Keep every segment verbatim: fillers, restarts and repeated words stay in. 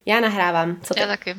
Já nahrávám, co ty? Já taky.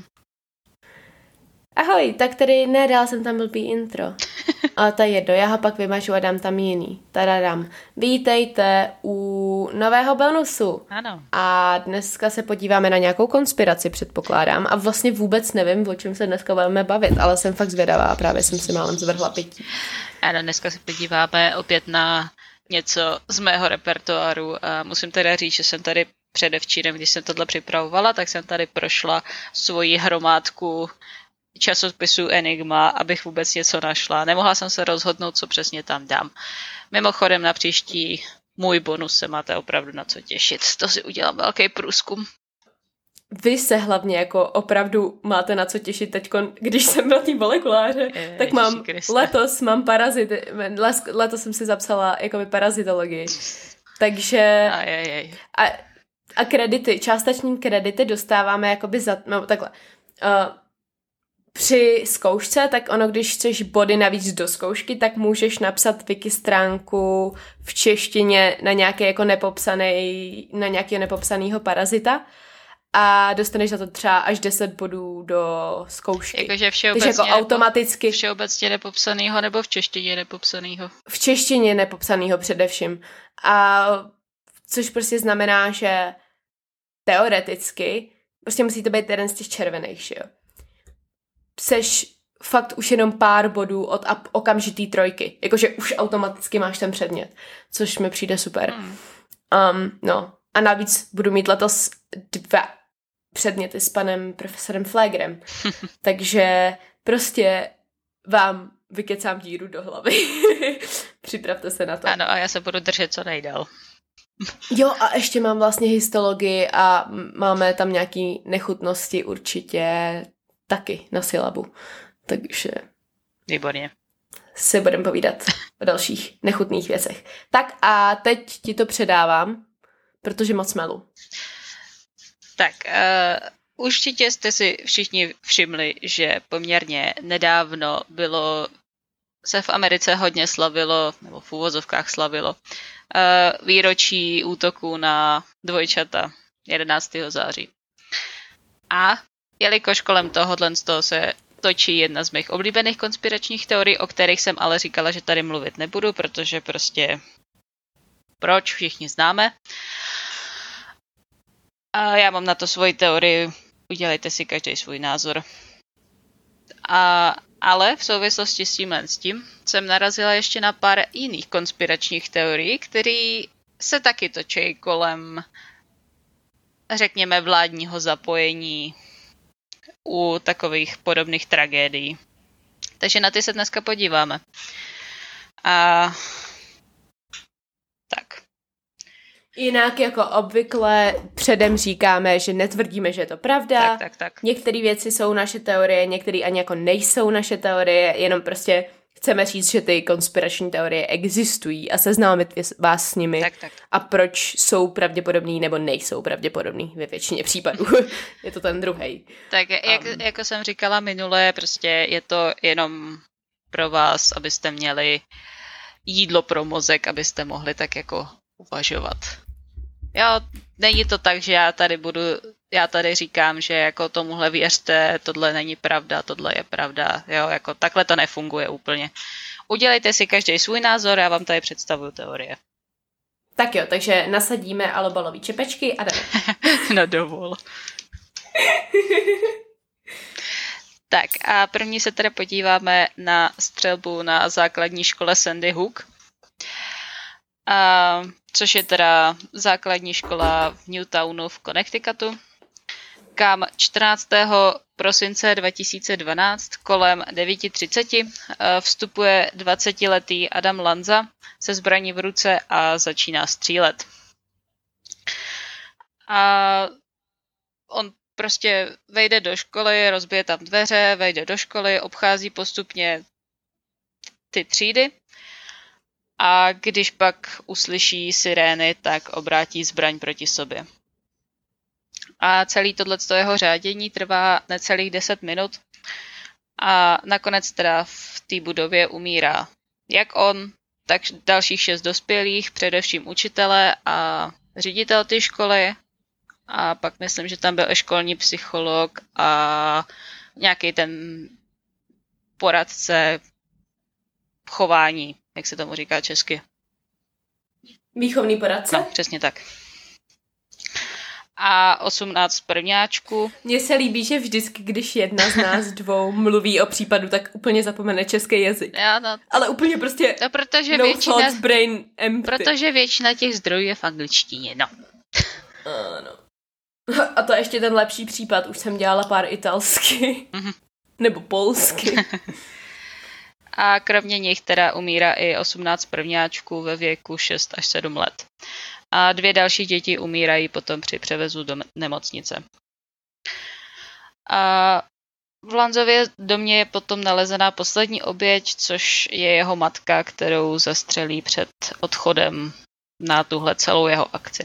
Ahoj, tak tady nedal jsem tam blbý intro. Ale to je jedno, já ho pak vymažu a dám tam jiný. Tadadam. Vítejte u nového bonusu. Ano. A dneska se podíváme na nějakou konspiraci, předpokládám. A vlastně vůbec nevím, o čem se dneska budeme bavit, ale jsem fakt zvědavá a právě jsem si málem zvrhla pití. Ano, dneska se podíváme opět na něco z mého repertoáru a musím teda říct, že jsem tady předevčírem, když jsem tohle připravovala, tak jsem tady prošla svoji hromádku časopisů Enigma, abych vůbec něco našla. Nemohla jsem se rozhodnout, co přesně tam dám. Mimochodem na příští můj bonus se máte opravdu na co těšit. To si udělám velký průzkum. Vy se hlavně jako opravdu máte na co těšit teďko, když jsem byl tý molekuláře, Je, tak mám Kriste. letos mám parazity, letos jsem si zapsala jakoby parazitologii. Takže Ajajaj. a, a kredity, částečný kredity dostáváme jakoby za, no takhle. Uh, při zkoušce, tak ono, když chceš body navíc do zkoušky, tak můžeš napsat wiki stránku v češtině na nějaký jako nepopsaný, na nějakého nepopsanýho parazita a dostaneš za to třeba až deset bodů do zkoušky. Jakože všeobecně, Takže jako automaticky všeobecně nepopsanýho nebo v češtině nepopsanýho? V češtině nepopsanýho především. A což prostě znamená, že teoreticky prostě musí to být jeden z těch červených, že jo. Seš fakt už jenom pár bodů od okamžitý trojky. Jakože už automaticky máš ten předmět, což mi přijde super. Hmm. Um, no. A navíc budu mít letos dva předměty s panem profesorem Flagrem. Takže prostě vám vykecám díru do hlavy. Připravte se na to. Ano, a já se budu držet co nejdál. Jo, a ještě mám vlastně histologii a máme tam nějaký nechutnosti určitě taky na syllabu. Takže Výborně. si budeme povídat o dalších nechutných věcech. Tak a teď ti to předávám, protože moc melu. Tak, uh, určitě jste si všichni všimli, že poměrně nedávno bylo, se v Americe hodně slavilo, nebo v úvozovkách slavilo, uh, výročí útoku na dvojčata jedenáctého září. A jelikož kolem tohohle z toho se točí jedna z mých oblíbených konspiračních teorií, o kterých jsem ale říkala, že tady mluvit nebudu, protože prostě proč, všichni známe. A já mám na to svoji teorii, udělejte si každý svůj názor. A, ale v souvislosti s tímhle s tím jsem narazila ještě na pár jiných konspiračních teorií, které se taky točí kolem, řekněme, vládního zapojení u takových podobných tragédií. Takže na ty se dneska podíváme. A tak. Jinak jako obvykle předem říkáme, že netvrdíme, že je to pravda. Tak, tak, tak. Některé věci jsou naše teorie, některé ani jako nejsou naše teorie, jenom prostě chceme říct, že ty konspirační teorie existují a seznámit vás s nimi. Tak, tak. A proč jsou pravděpodobný nebo nejsou pravděpodobný ve většině případů. Je to ten druhej. Tak jak, um. jako jsem říkala minule, prostě je to jenom pro vás, abyste měli jídlo pro mozek, abyste mohli tak jako uvažovat. Jo, není to tak, že já tady budu, já tady říkám, že jako tomuhle věřte, tohle není pravda, tohle je pravda, jo, jako takhle to nefunguje úplně. Udělejte si každý svůj názor, já vám tady představuju teorie. Tak jo, takže nasadíme alobalový čepečky a jdeme. No dovol. Tak a první se teda podíváme na střelbu na základní škole Sandy Hook. A, což je teda základní škola v Newtownu v Connecticutu, kam čtrnáctého prosince dva tisíce dvanáct kolem devět třicet vstupuje dvacetiletý Adam Lanza se zbraní v ruce a začíná střílet. A on prostě vejde do školy, rozbije tam dveře, vejde do školy, obchází postupně ty třídy. A když pak uslyší sirény, tak obrátí zbraň proti sobě. A celý tohleto jeho řádění trvá necelých deset minut. A nakonec teda v té budově umírá jak on, tak dalších šest dospělých, především učitele a ředitel té školy a pak myslím, že tam byl i školní psycholog a nějaký ten poradce chování, jak se tomu říká česky. Výchovný poradce? No, přesně tak. A osmnáct prvňáčků. Mně se líbí, že vždycky, když jedna z nás dvou mluví o případu, tak úplně zapomene český jazyk. Já, no, ale úplně prostě to protože no většina, thoughts, brain empty. Protože většina těch zdrojů je v angličtině, no. Ano. A to ještě ten lepší případ, už jsem dělala pár italsky. Mm-hmm. Nebo polsky. A kromě nich teda umírá i osmnáct prvňáčků ve věku šest až sedm let. A dvě další děti umírají potom při převezu do nemocnice. A v Lanzově domě je potom nalezená poslední oběť, což je jeho matka, kterou zastřelí před odchodem na tuhle celou jeho akci.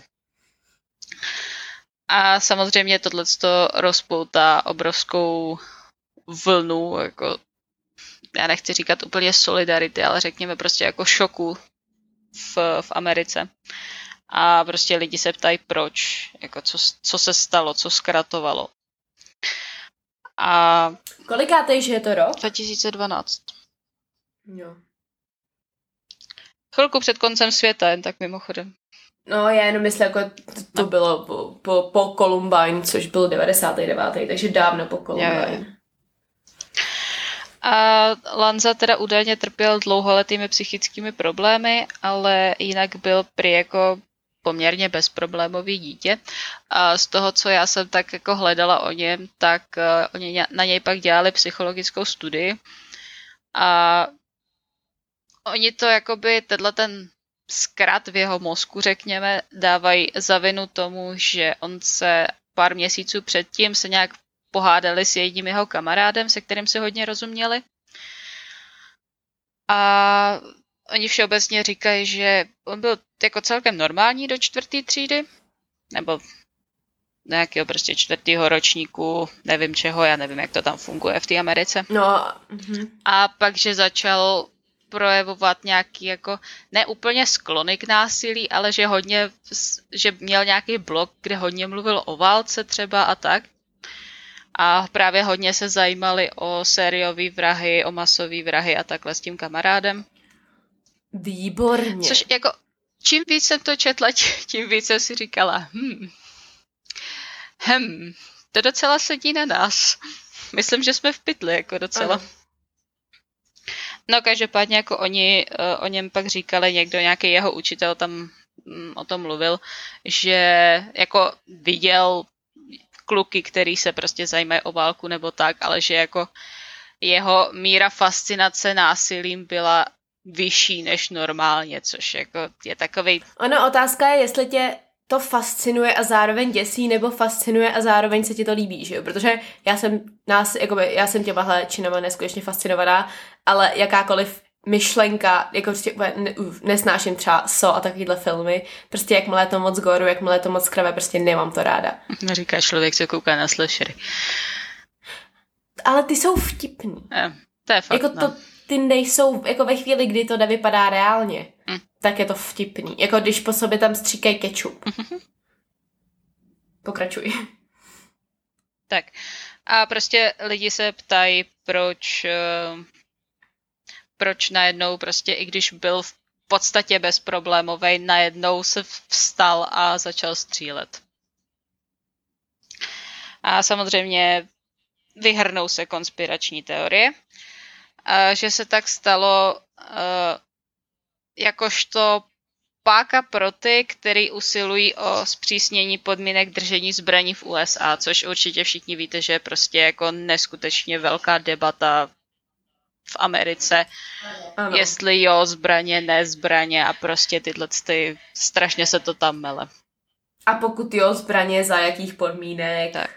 A samozřejmě tohleto rozpoutá obrovskou vlnu, jako já nechci říkat úplně solidarity, ale řekněme prostě jako šoku v, v Americe. A prostě lidi se ptají, proč, jako co, co se stalo, co zkratovalo. A kolikátej, že je to rok? dva tisíce dvanáct. Jo. Chvilku před koncem světa, jen tak mimochodem. No, já jenom myslím, jako to, to no. bylo po, po, po Columbine, což byl devadesátý devátý takže dávno po Columbine. Jo, jo. A Lanza teda údajně trpěl dlouholetými psychickými problémy, ale jinak byl prý jako poměrně bezproblémový dítě. A z toho, co já jsem tak jako hledala o něm, tak uh, oni na něj pak dělali psychologickou studii. A oni to jakoby, tenhle ten zkrat v jeho mozku, řekněme, dávají za vinu tomu, že on se pár měsíců předtím se nějak pohádali s jedním jeho kamarádem, se kterým si hodně rozuměli. A oni všeobecně říkají, že on byl jako celkem normální do čtvrté třídy, nebo nějakého prostě čtvrtého ročníku, nevím čeho, já nevím, jak to tam funguje v té Americe. No. Mhm. A pak, že začal projevovat nějaký jako, ne úplně sklony k násilí, ale že hodně, že měl nějaký blog, kde hodně mluvil o válce třeba a tak. A právě hodně se zajímali o sériový vrahy, o masový vrahy a takhle s tím kamarádem. Výborně. Což jako, čím víc jsem to četla, tím víc jsem si říkala, hm, hm, to docela sedí na nás. Myslím, že jsme v pytli, jako docela. Aha. No každopádně jako oni uh, o něm pak říkali, někdo, nějaký jeho učitel tam um, o tom mluvil, že jako viděl kluky, který se prostě zajímají o válku nebo tak, ale že jako jeho míra fascinace násilím byla vyšší než normálně, což jako je takovej... Ono, otázka je, jestli tě to fascinuje a zároveň děsí, nebo fascinuje a zároveň se ti to líbí, že jo? Protože já jsem, nás, jakoby, já jsem těmahle činama neskutečně fascinovaná, ale jakákoliv myšlenka, jako prostě ne, nesnáším třeba So a takovýhle filmy, prostě jakmile je to moc goru, jakmile je to moc krve, prostě nemám to ráda. Říká člověk, co kouká na slashery. Ale ty jsou vtipný. Je, to je fakt, jako no. to, ty nejsou, jako ve chvíli, kdy to nevypadá reálně, mm. tak je to vtipný. Jako když po sobě tam stříkají kečup. Pokračuj. Tak. A prostě lidi se ptají, proč... Uh... proč najednou prostě, i když byl v podstatě bezproblémovej, najednou se vstal a začal střílet. A samozřejmě vyhrnou se konspirační teorie, že se tak stalo jakožto páka pro ty, který usilují o zpřísnění podmínek držení zbraní v U S A, což určitě všichni víte, že je prostě jako neskutečně velká debata v Americe, ano. Jestli jo, zbraně, ne zbraně a prostě tyhle ty, strašně se to tam mele. A pokud jo, zbraně, za jakých podmínek? Tak.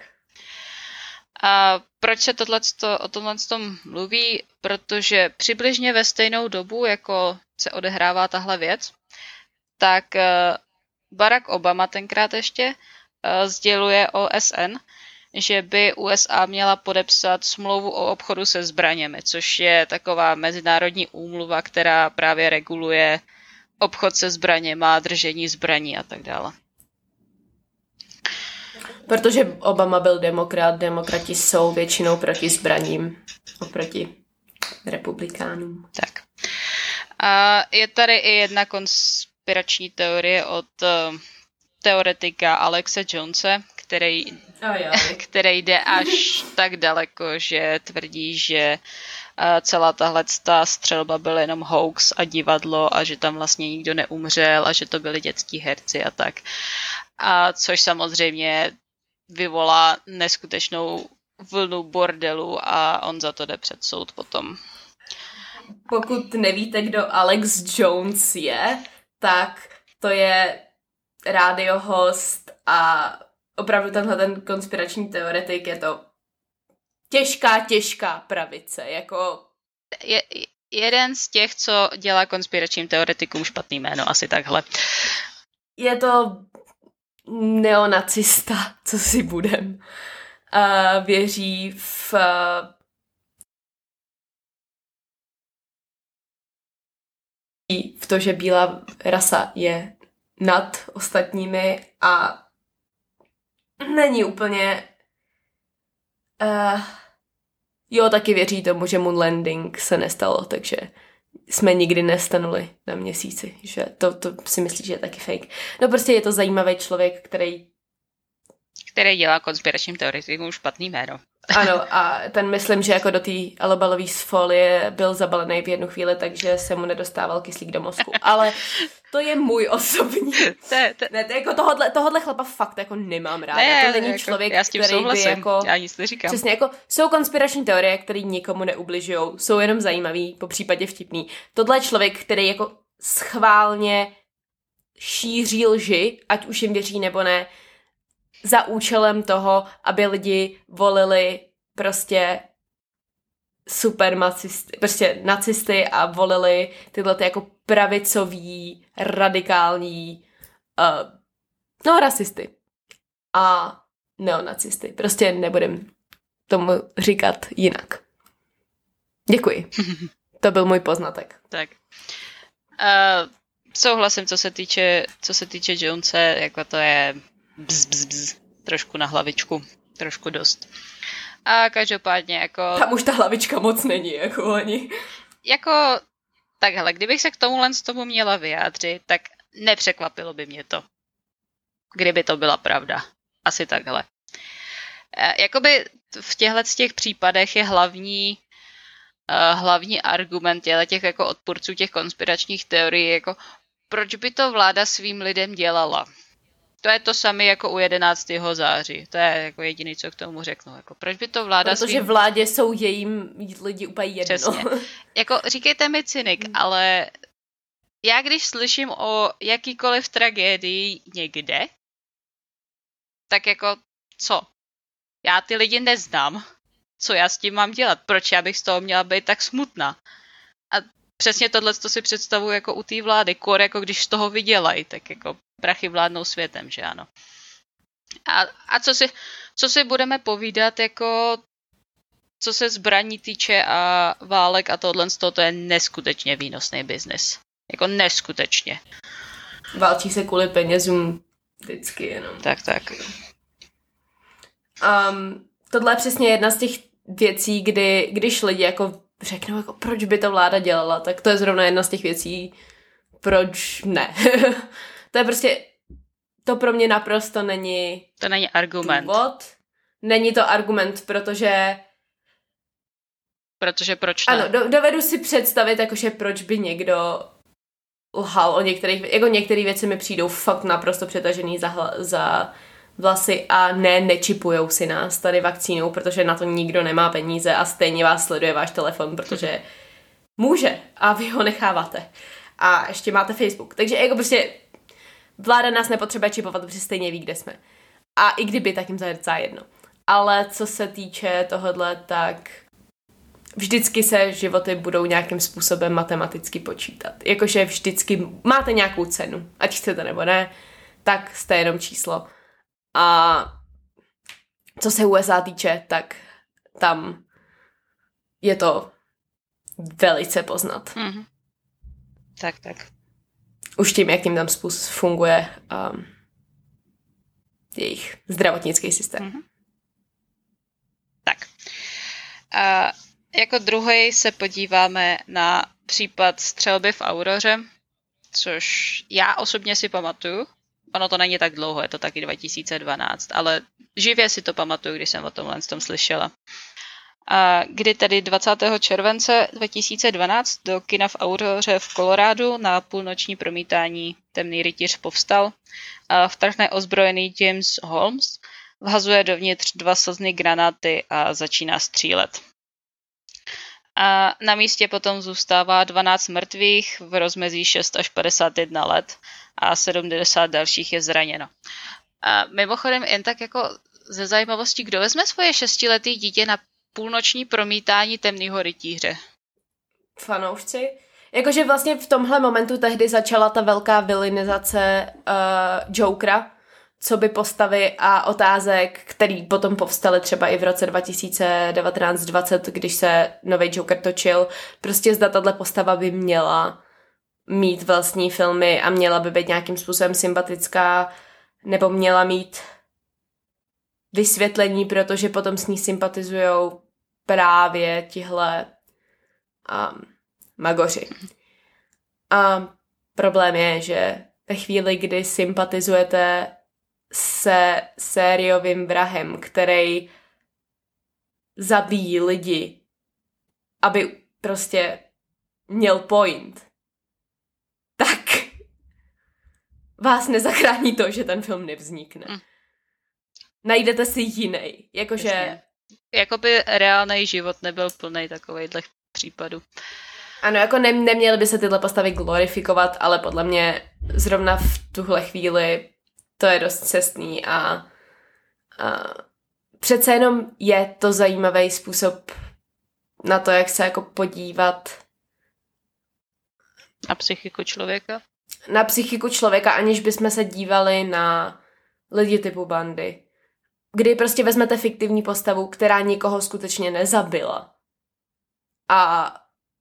A proč se tohleto, o tomhle tom mluví? Protože přibližně ve stejnou dobu, jako se odehrává tahle věc, tak Barack Obama tenkrát ještě sděluje O S N, že by U S A měla podepsat smlouvu o obchodu se zbraněmi, což je taková mezinárodní úmluva, která právě reguluje obchod se zbraněmi, držení zbraní a tak dále. Protože Obama byl demokrat, demokrati jsou většinou proti zbraním, oproti republikánům. Tak. A je tady i jedna konspirační teorie od uh, teoretika Alexe Jonese, který, který jde až tak daleko, že tvrdí, že uh, celá tahle střelba byla jenom hoax a divadlo a že tam vlastně nikdo neumřel a že to byli dětský herci a tak. A což samozřejmě vyvolá neskutečnou vlnu bordelu a on za to jde před soud potom. Pokud nevíte, kdo Alex Jones je, tak to je rádiohost a opravdu tenhle ten konspirační teoretik je to těžká, těžká pravice. Jako... Je, jeden z těch, co dělá konspiračním teoretikům špatný jméno, asi takhle. Je to neonacista, co si budem. Uh, věří v... Uh, v to, že bílá rasa je nad ostatními a není úplně... Uh, jo, taky věří tomu, že moon landing se nestalo, takže jsme nikdy nestanuli na měsíci, že to, to si myslí, že je taky fake. No prostě je to zajímavý člověk, který... Který dělá konspiračním teoretikům špatný jméno. Ano, a ten myslím, že jako do té alobalové folie byl zabalený v jednu chvíli, takže se mu nedostával kyslík do mozku. Ale to je můj osobní. to je, to... Ne, to jako tohodle, tohodle chlapa fakt jako nemám ráda. Ne, to není jako, člověk, já s tím který souhlasím. by jako... Já nic neříkám. Přesně, jako jsou konspirační teorie, které nikomu neubližujou, jsou jenom zajímavý, po případě vtipný. Tohle je člověk, který jako schválně šíří lži, ať už jim věří nebo ne, za účelem toho, aby lidi volili prostě super nacisty, prostě nacisty a volili tyhle ty jako pravicový, radikální uh, no rasisty a neonacisty. Prostě nebudem tomu říkat jinak. Děkuji. To byl můj poznatek. Tak. Uh, souhlasím, co se týče, co se týče Jonese, jako to je bz, bz, bz, trošku na hlavičku, trošku dost. A každopádně jako... Tam už ta hlavička moc není, jako ani. Jako, takhle, kdybych se k tomuhle z tomu měla vyjádřit, tak nepřekvapilo by mě to, kdyby to byla pravda. Asi takhle. E, jakoby v těchto těch případech je hlavní uh, hlavní argument těch jako odpůrců těch konspiračních teorií, jako proč by to vláda svým lidem dělala. To je to samé jako u jedenáctého září. To je jako jediný, co k tomu řeknu. Jako, proč by to vláda Protože svým... vládě jsou jejím lidi úplně jedno. Přesně. Jako, říkejte mi cynik, ale já když slyším o jakýkoliv tragédii někde, tak jako co? Já ty lidi neznám. Co já s tím mám dělat? Proč já bych z toho měla být tak smutná? A přesně tohle to si představuji jako u té vlády. Kor, jako když z toho vydělají, tak jako prachy vládnou světem, že ano. A, a co, si, co si budeme povídat, jako co se zbraní týče a válek a tohle, to je neskutečně výnosný biznis. Jako neskutečně. Válčí se kvůli penězům vždycky jenom. Tak, tak. Um, tohle je přesně jedna z těch věcí, kdy, když lidi jako řeknou, jako, proč by to vláda dělala, tak to je zrovna jedna z těch věcí, proč ne. To je prostě, to pro mě naprosto není To není argument. důvod. Není to argument, protože Protože proč ne? ano, do, dovedu si představit, jakože proč by někdo lhal o některých, jako některé věci mi přijdou fakt naprosto přetažený za, hla, za vlasy a ne, nečipujou si nás tady vakcínou, protože na to nikdo nemá peníze a stejně vás sleduje váš telefon, protože může a vy ho necháváte. A ještě máte Facebook. Takže jako prostě vláda nás nepotřebuje čipovat, protože stejně ví, kde jsme. A i kdyby, tak jim zajedzá jedno. Ale co se týče tohodle, tak vždycky se životy budou nějakým způsobem matematicky počítat. Jakože vždycky máte nějakou cenu. Ať chcete nebo ne, tak jste jenom číslo. A co se U S A týče, tak tam je to velice poznat. Mm-hmm. Tak, tak. Už tím, jak tím tam způsob funguje. Um, jejich zdravotnický systém. Mm-hmm. Tak. A jako druhý se podíváme na případ střelby v Auroře, což já osobně si pamatuju. Ono to není tak dlouho, je to taky dva tisíce dvanáct, ale živě si to pamatuju, když jsem o tomhle tom slyšela. A kdy tedy dvacátého července dva tisíce dvanáct do kina v Auroře v Kolorádu na půlnoční promítání Temný rytíř povstal, a vtrhne ozbrojený James Holmes, vhazuje dovnitř dva slzný granáty a začíná střílet. A na místě potom zůstává dvanáct mrtvých v rozmezí šest až padesát jedna let a sedmdesát dalších je zraněno. A mimochodem jen tak jako ze zajímavosti, kdo vezme svoje šestiletý dítě na půlnoční promítání Temného rytíře? Fanoušci. Jakože vlastně v tomhle momentu tehdy začala ta velká vilinizace uh, Jokera, co by postavy a otázek, který potom povstaly třeba i v roce dva tisíce devatenáct dvacet, když se nový Joker točil. Prostě zda tato postava by měla mít vlastní filmy a měla by být nějakým způsobem sympatická, nebo měla mít vysvětlení, protože potom s ní sympatizujou právě tihle um, magoři. A problém je, že ve chvíli, kdy sympatizujete se sériovým vrahem, který zabíjí lidi, aby prostě měl point, tak vás nezachrání to, že ten film nevznikne. Mm. Najdete si jiný. Jakože... Jasně. Jakoby reálný život nebyl plný takovejhle případů. Ano, jako ne, neměly by se tyhle postavy glorifikovat, ale podle mě zrovna v tuhle chvíli to je dost cestný a, a přece jenom je to zajímavý způsob na to, jak se jako podívat na psychiku člověka. Na psychiku člověka, aniž bychom se dívali na lidi typu Bundy. Kdy prostě vezmete fiktivní postavu, která nikoho skutečně nezabila a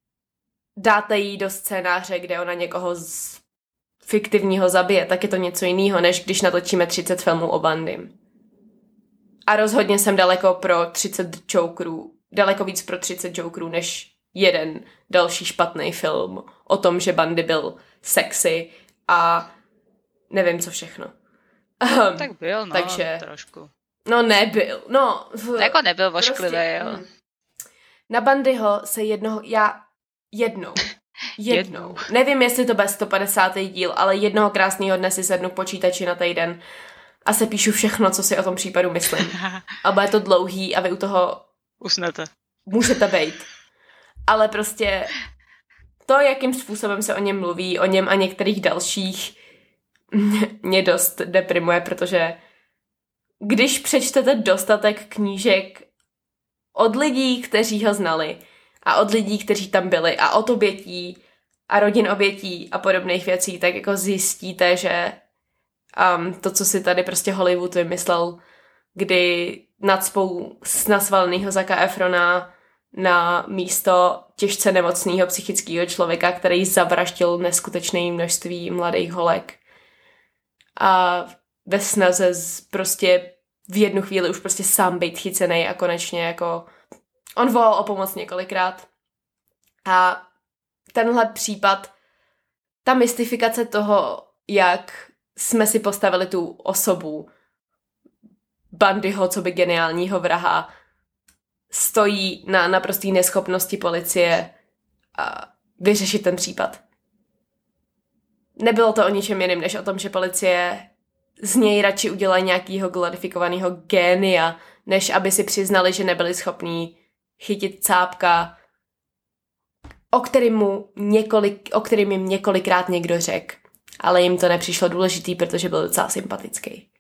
dáte jí do scénáře, kde ona někoho z fiktivního zabije, tak je to něco jiného, než když natočíme třicet filmů o Bundym. A rozhodně jsem daleko pro třicet Jokerů, daleko víc pro třicet Jokerů, než jeden další špatný film o tom, že Bundy byl sexy a nevím co všechno. Um, tak byl, no, takže, trošku. No nebyl, no. Jako nebyl vošklivý, prostě, jo. Na Bundyho se jednoho, já jednou, jednou, jednou, nevím, jestli to bude sto padesátý díl, ale jednoho krásného dne si sednu k počítači na týden a se píšu všechno, co si o tom případu myslím. A bude to dlouhý a vy u toho usnete. Můžete být. Ale prostě to, jakým způsobem se o něm mluví, o něm a některých dalších, mě dost deprimuje, protože když přečtete dostatek knížek od lidí, kteří ho znali a od lidí, kteří tam byli a od obětí a rodin obětí a podobných věcí, tak jako zjistíte, že um, to, co si tady prostě Hollywood vymyslel, kdy nacpou nasvalnýho Zacka Efrona na místo těžce nemocného psychického člověka, který zavraždil neskutečné množství mladých holek. A ve snaze z prostě v jednu chvíli už prostě sám být chycenej a konečně jako on volal o pomoc několikrát. A tenhle případ, ta mystifikace toho, jak jsme si postavili tu osobu Bundyho, co by geniálního vraha, stojí na naprostý neschopnosti policie a vyřešit ten případ. Nebylo to o ničem jiném, než o tom, že policie z něj radši udělá nějakýho glorifikovaného génia, než aby si přiznali, že nebyli schopní chytit cápka, o kterým, mu několik, o kterým jim několikrát někdo řekl. Ale jim to nepřišlo důležitý, protože byl docela sympatický.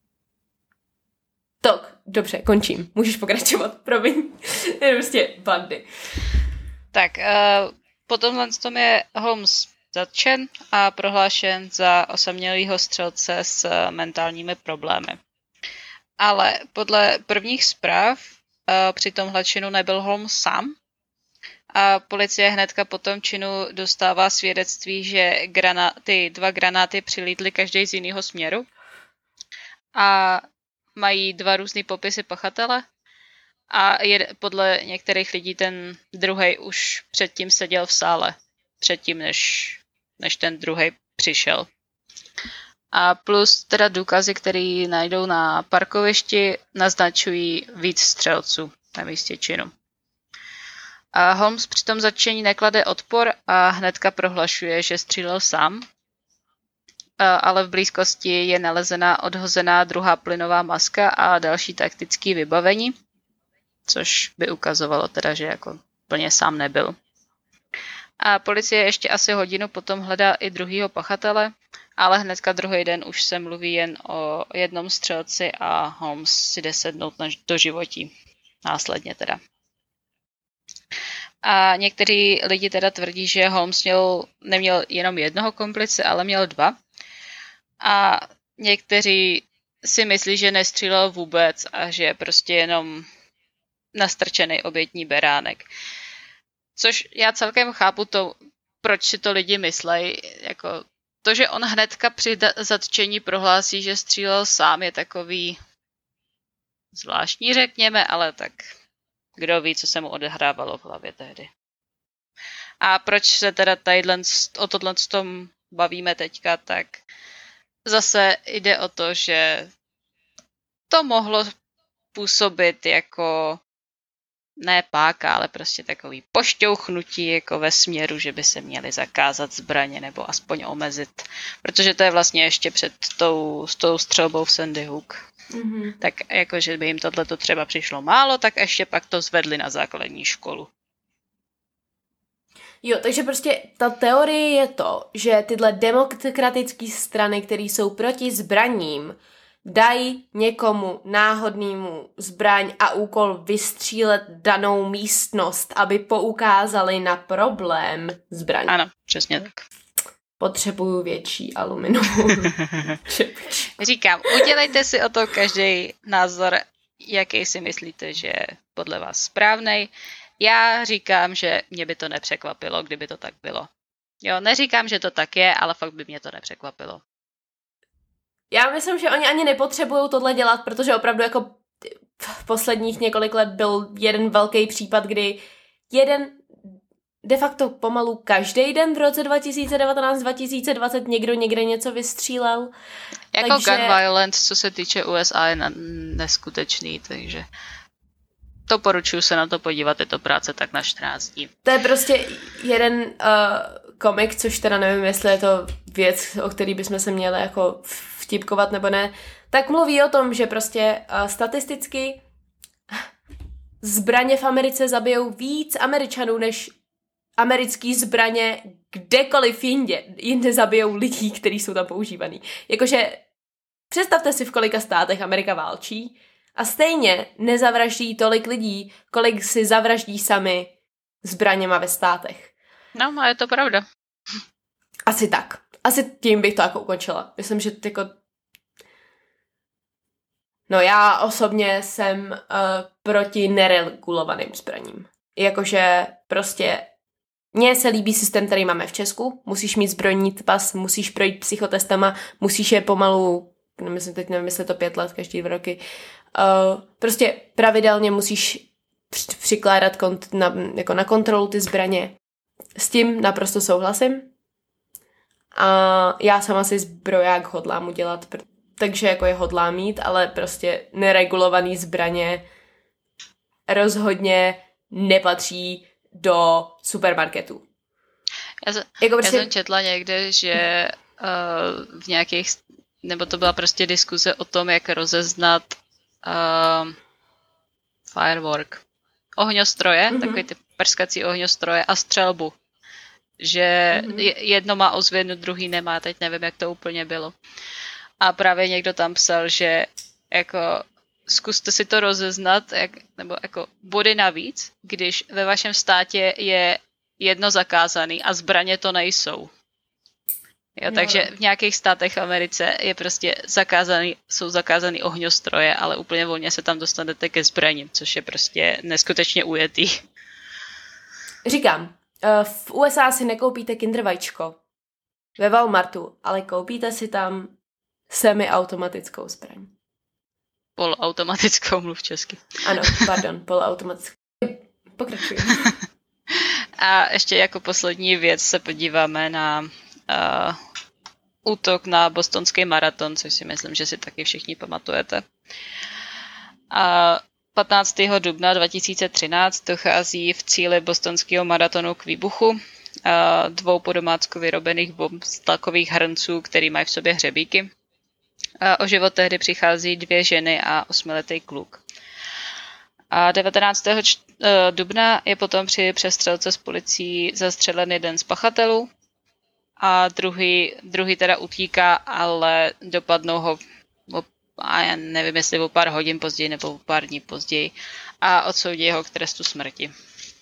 Tak, dobře, končím. Můžeš pokračovat, promiň. Je prostě Bundy. Tak, uh, po tomhle tom je Holmes zatčen a prohlášen za osamělého střelce s mentálními problémy. Ale podle prvních zpráv uh, při tomhle činu nebyl Holmes sám a policie hnedka po tom činu dostává svědectví, že graná- ty dva granáty přilítly každý z jiného směru a mají dva různý popisy pachatele a je, podle některých lidí ten druhej už předtím seděl v sále, předtím, než, než ten druhej přišel. A plus teda důkazy, které najdou na parkovišti, naznačují víc střelců na místě činu. A Holmes při tom zatčení neklade odpor a hnedka prohlašuje, že střílel sám, ale v blízkosti je nalezená odhozená druhá plynová maska a další taktické vybavení, což by ukazovalo teda, že jako plně sám nebyl. A policie ještě asi hodinu potom hledá i druhýho pachatele, ale hnedka druhý den už se mluví jen o jednom střelci a Holmes si jde sednout do životí. Následně teda. A někteří lidi teda tvrdí, že Holmes měl, neměl jenom jednoho komplice, ale měl dva. A někteří si myslí, že nestřílel vůbec a že je prostě jenom nastrčený obětní beránek. Což já celkem chápu to, proč si to lidi myslejí. Jako to, že on hnedka při zatčení prohlásí, že střílel sám, je takový zvláštní, řekněme, ale tak kdo ví, co se mu odehrávalo v hlavě tehdy. A proč se teda tadyhle, o tohle tom bavíme teďka, tak zase jde o to, že to mohlo působit jako ne páka, ale prostě takový pošťouchnutí jako ve směru, že by se měly zakázat zbraně nebo aspoň omezit. Protože to je vlastně ještě před tou, s tou střelbou v Sandy Hook. Mm-hmm. Tak jakože by jim tohleto třeba přišlo málo, tak ještě pak to zvedli na základní školu. Jo, takže prostě ta teorie je to, že tyhle demokratické strany, které jsou proti zbraním, dají někomu náhodnému zbraň a úkol vystřílet danou místnost, aby poukázali na problém zbraní. Ano, přesně tak. Potřebuju větší aluminium. Říkám, udělejte si o to každý názor, jaký si myslíte, že je podle vás správnej. Já říkám, že mě by to nepřekvapilo, kdyby to tak bylo. Jo, neříkám, že to tak je, ale fakt by mě to nepřekvapilo. Já myslím, že oni ani nepotřebují tohle dělat, protože opravdu jako v posledních několik let byl jeden velký případ, kdy jeden de facto pomalu každý den v roce dva tisíce devatenáct dva tisíce dvacet někdo někde něco vystřílel. Jako takže gun violence, co se týče U S A, je neskutečný, takže doporučuji se na to podívat, je to práce tak na čtrnáct dní. To je prostě jeden uh, komik, což teda nevím, jestli je to věc, o který bychom se měli jako vtipkovat nebo ne, tak mluví o tom, že prostě uh, statisticky zbraně v Americe zabijou víc Američanů, než americký zbraně kdekoliv jinde, jinde zabijou lidí, kteří jsou tam používaný. Jakože představte si, v kolika státech Amerika válčí a stejně nezavraždí tolik lidí, kolik si zavraždí sami zbraněma ve státech. No, a je to pravda. Asi tak. Asi tím bych to jako ukončila. Myslím, že jako... No já osobně jsem uh, proti neregulovaným zbraním. Jakože prostě mně se líbí systém, který máme v Česku. Musíš mít zbrojní pas, musíš projít psychotestama, musíš je pomalu, nemyslím, teď nevím, jestli to pět let, každý dva roky, uh, prostě pravidelně musíš přikládat kont- na, jako na kontrolu ty zbraně. S tím naprosto souhlasím. A já sama si zbroják hodlám udělat, takže jako je hodlám mít, ale prostě neregulovaný zbraně rozhodně nepatří do supermarketu. Já jsem, jako prostě... já jsem četla někde, že uh, v nějakých, nebo to byla prostě diskuze o tom, jak rozeznat uh, firework. Ohňostroje, mm-hmm. takový ty prskací ohňostroje a střelbu. Že mm-hmm. jedno má ozvěnu, druhý nemá, teď nevím, jak to úplně bylo. A právě někdo tam psal, že jako zkuste si to rozeznat, jak, nebo jako body navíc, když ve vašem státě je jedno zakázaný a zbraně to nejsou. Jo, takže v nějakých státech v Americe je prostě zakázaný, jsou zakázaný ohňostroje, ale úplně volně se tam dostanete ke zbraním, což je prostě neskutečně ujetý. Říkám, v U S A si nekoupíte Kinder vajíčko ve Walmartu, ale koupíte si tam semiautomatickou zbraň. Polautomatickou, mluv česky. Ano, pardon, polautomatickou. Pokračuji. A ještě jako poslední věc se podíváme na uh, útok na bostonský maraton, což si myslím, že si taky všichni pamatujete. A patnáctého dubna dva tisíce třináct dochází v cíli bostonského maratonu k výbuchu dvou po domácku vyrobených bomb z tlakových hrnců, který mají v sobě hřebíky. A o život tehdy přichází dvě ženy a osmiletý kluk. A devatenáctého dubna je potom při přestřelce s policií zastřelen jeden z pachatelů a druhý, druhý teda utíká, ale dopadnou ho a já nevím, jestli o pár hodin později nebo o pár dní později a odsoudí ho k trestu smrti.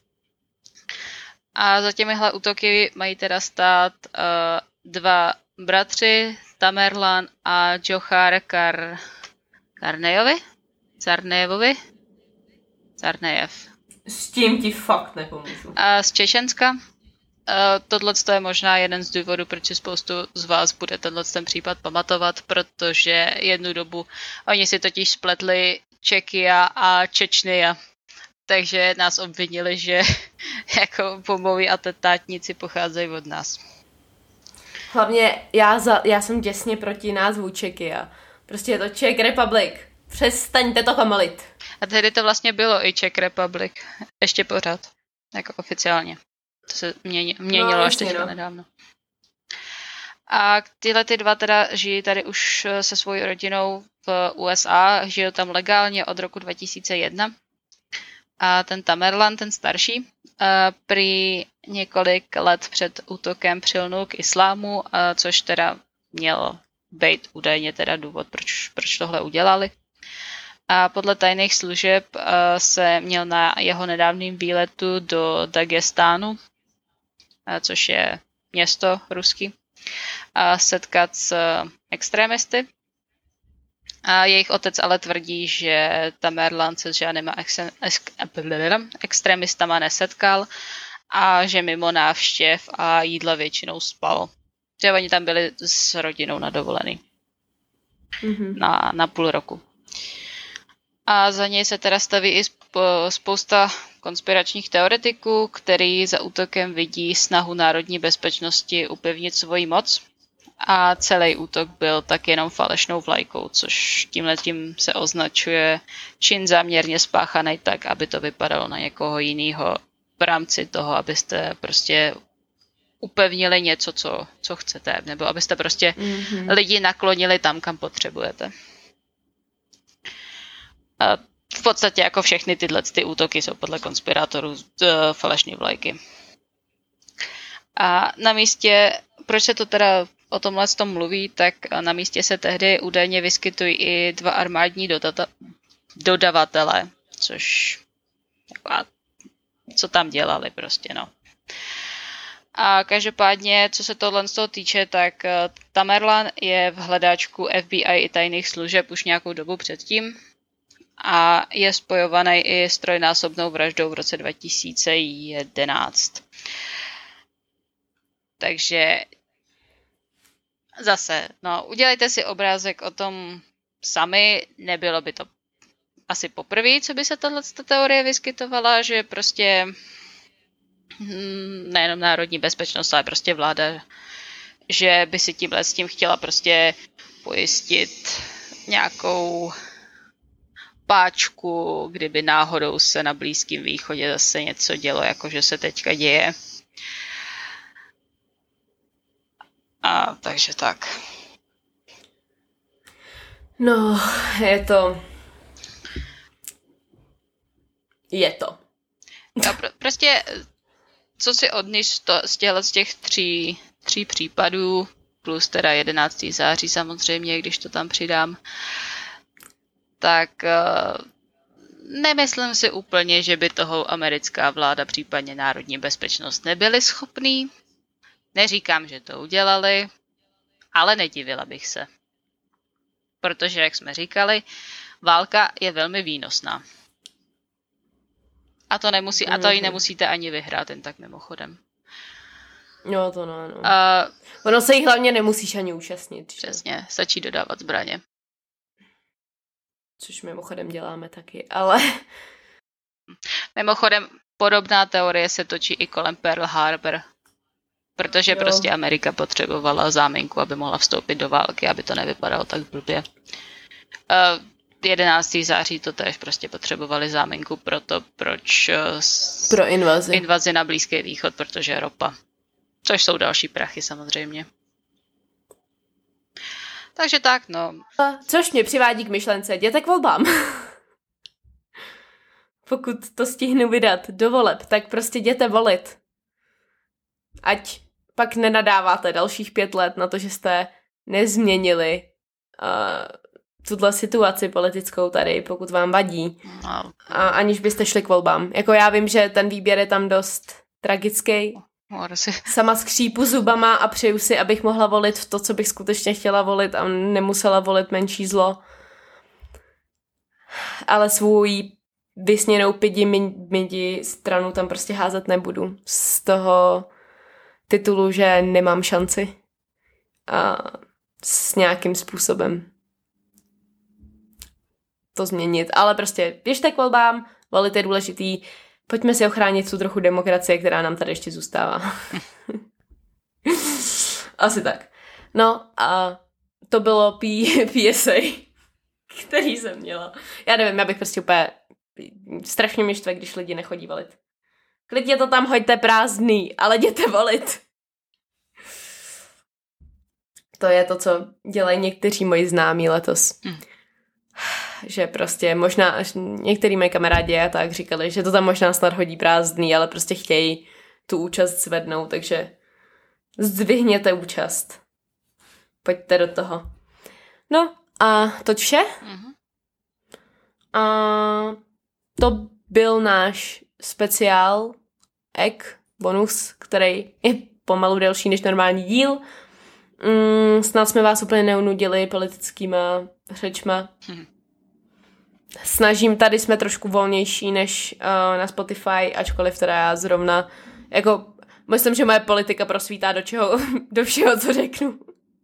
A za těmihle útoky mají teda stát uh, dva bratři, Tamerlan a Džochar Kar... Karnejovi? Zarnejevovi? Zarnejev. S tím ti fakt nepomůžu. A z Čečenska. Uh, tohle je možná jeden z důvodů, proč si spoustu z vás bude tenhle ten případ pamatovat, protože jednu dobu oni si totiž spletli Čekia a Čečnia. Takže nás obvinili, že jako bomoví atentátníci pocházejí od nás. Hlavně já, za, já jsem těsně proti názvu Čekia. Prostě je to Czech Republic. Přestaňte to kamalit. A tehdy to vlastně bylo i Czech Republic. Ještě pořád. Jako oficiálně. To se měni, měnilo no, až teďka no. nedávno. A tyhle ty dva teda žijí tady už se svojí rodinou v U S A. Žijou tam legálně od roku dva tisíce jedna. A ten Tamerlan, ten starší, prý několik let před útokem přilnul k islámu, což teda mělo být údajně teda důvod, proč, proč tohle udělali. A podle tajných služeb se měl na jeho nedávném výletu do Dagestánu, což je město ruský, setkat s extrémisty. A jejich otec ale tvrdí, že Tamerlan se s žádnýma ex- ex- extremistama nesetkal a že mimo návštěv a jídla většinou spal. Že oni tam byli s rodinou na dovolený. Mm-hmm. Na, na půl roku. A za něj se teda staví i spousta konspiračních teoretiků, který za útokem vidí snahu národní bezpečnosti upevnit svoji moc. A celý útok byl tak jenom falešnou vlajkou, což tímhletím se označuje čin záměrně spáchaný tak, aby to vypadalo na někoho jiného v rámci toho, abyste prostě upevnili něco, co, co chcete, nebo abyste prostě mm-hmm. lidi naklonili tam, kam potřebujete. A v podstatě jako všechny tyhle ty útoky jsou podle konspirátorů uh, falešné vlajky. A na místě, proč se to teda o tomhle tom mluví, tak na místě se tehdy údajně vyskytují i dva armádní dodata- dodavatele, což taková, co tam dělali prostě, no. A každopádně, co se tohle z toho týče, tak Tamerlan je v hledáčku F B I i tajných služeb už nějakou dobu předtím a je spojovaný i s trojnásobnou vraždou v roce dva tisíce jedenáct. Takže zase, no, udělejte si obrázek o tom sami, nebylo by to asi poprvé, co by se tato teorie vyskytovala, že prostě nejenom národní bezpečnost, ale prostě vláda, že by si tímhle s tím chtěla prostě pojistit nějakou páčku, kdyby náhodou se na Blízkém východě zase něco dělo, jako že se teďka děje. A takže tak. No, je to... Je to. No, pr- prostě, co si odníš z těchto z těch tří, tří případů, plus teda jedenáctého září samozřejmě, když to tam přidám, tak uh, nemyslím si úplně, že by toho americká vláda, případně národní bezpečnost nebyli schopní. Neříkám, že to udělali, ale nedivila bych se. Protože, jak jsme říkali, válka je velmi výnosná. A to, nemusí, a to ji nemusíte ani vyhrát, jen tak mimochodem. No, to no, no. Uh, ono se jí hlavně nemusíš ani účastnit. Přesně, stačí dodávat zbraně. což mimochodem děláme taky, ale... Mimochodem, podobná teorie se točí i kolem Pearl Harbor, protože jo. prostě Amerika potřebovala záminku, aby mohla vstoupit do války, aby to nevypadalo tak blbě. Uh, jedenáctého září to též prostě potřebovali záminku pro to, proč... Uh, pro invazi. Invazi na Blízký východ, protože ropa. Což jsou další prachy samozřejmě. Takže tak, no. Což mě přivádí k myšlence, jděte k volbám. Pokud to stihnu vydat do voleb, tak prostě jděte volit. Ať pak nenadáváte dalších pět let na to, že jste nezměnili uh, tuhle situaci politickou tady, pokud vám vadí. No. A aniž byste šli k volbám. Jako já vím, že ten výběr je tam dost tragický. Sama skřípu zubama a přeju si, abych mohla volit v to, co bych skutečně chtěla volit a nemusela volit menší zlo. Ale svůj vysněnou pidi midi stranu tam prostě házet nebudu. Z toho titulu, že nemám šanci. A s nějakým způsobem to změnit. Ale prostě běžte k volbám, volit je důležitý. Pojďme si ochránit tu trochu demokracie, která nám tady ještě zůstává. Asi tak. No a to bylo P- PSA, který jsem měla. Já nevím, já bych prostě úplně strašně mě štve, když lidi nechodí volit. Klidně to tam hoďte prázdný, ale jděte volit. To je to, co dělají někteří moji známí letos. Hmm. Že prostě možná, některý moji kamarádi a tak říkali, že to tam možná snad hodí prázdný, ale prostě chtějí tu účast zvednout, takže zdvihněte účast. Pojďte do toho. No a to vše. Mm-hmm. A to byl náš speciál egg bonus, který je pomalu delší než normální díl. Mm, snad jsme vás úplně neunudili politickýma řečma. Mm-hmm. Snažím, tady jsme trošku volnější než uh, na Spotify, ačkoliv teda já zrovna, jako, myslím, že moje politika prosvítá do čeho, do všeho, co řeknu.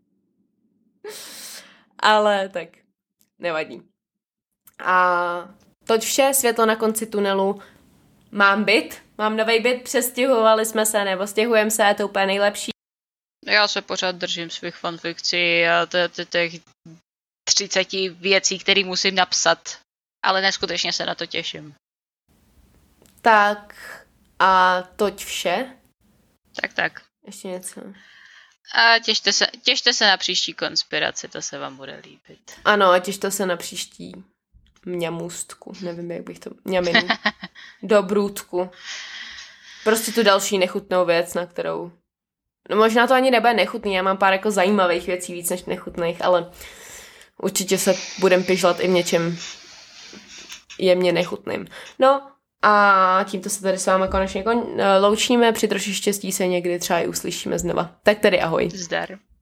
Ale tak, nevadí. A to vše, světlo na konci tunelu, mám byt, mám novej byt, přestěhovali jsme se, nebo stěhujeme se, je to úplně nejlepší. Já se pořád držím svých fanfikcí a těch třiceti věcí, které musím napsat. Ale neskutečně se na to těším. Tak a toť vše? Tak, tak. Ještě něco. A těšte se, těšte se na příští konspiraci, to se vám bude líbit. Ano, a těšte se na příští mňamůstku. Nevím, jak bych to... Mňaminu. Dobrůdku. Prostě tu další nechutnou věc, na kterou... No možná to ani nebude nechutný, já mám pár jako zajímavých věcí víc než nechutných, ale určitě se budem pižlat i v něčem jemně nechutným. No a tímto se tady s vámi konečně kon- loučíme, při troši štěstí se někdy třeba i uslyšíme znova. Tak tedy ahoj. Zdar.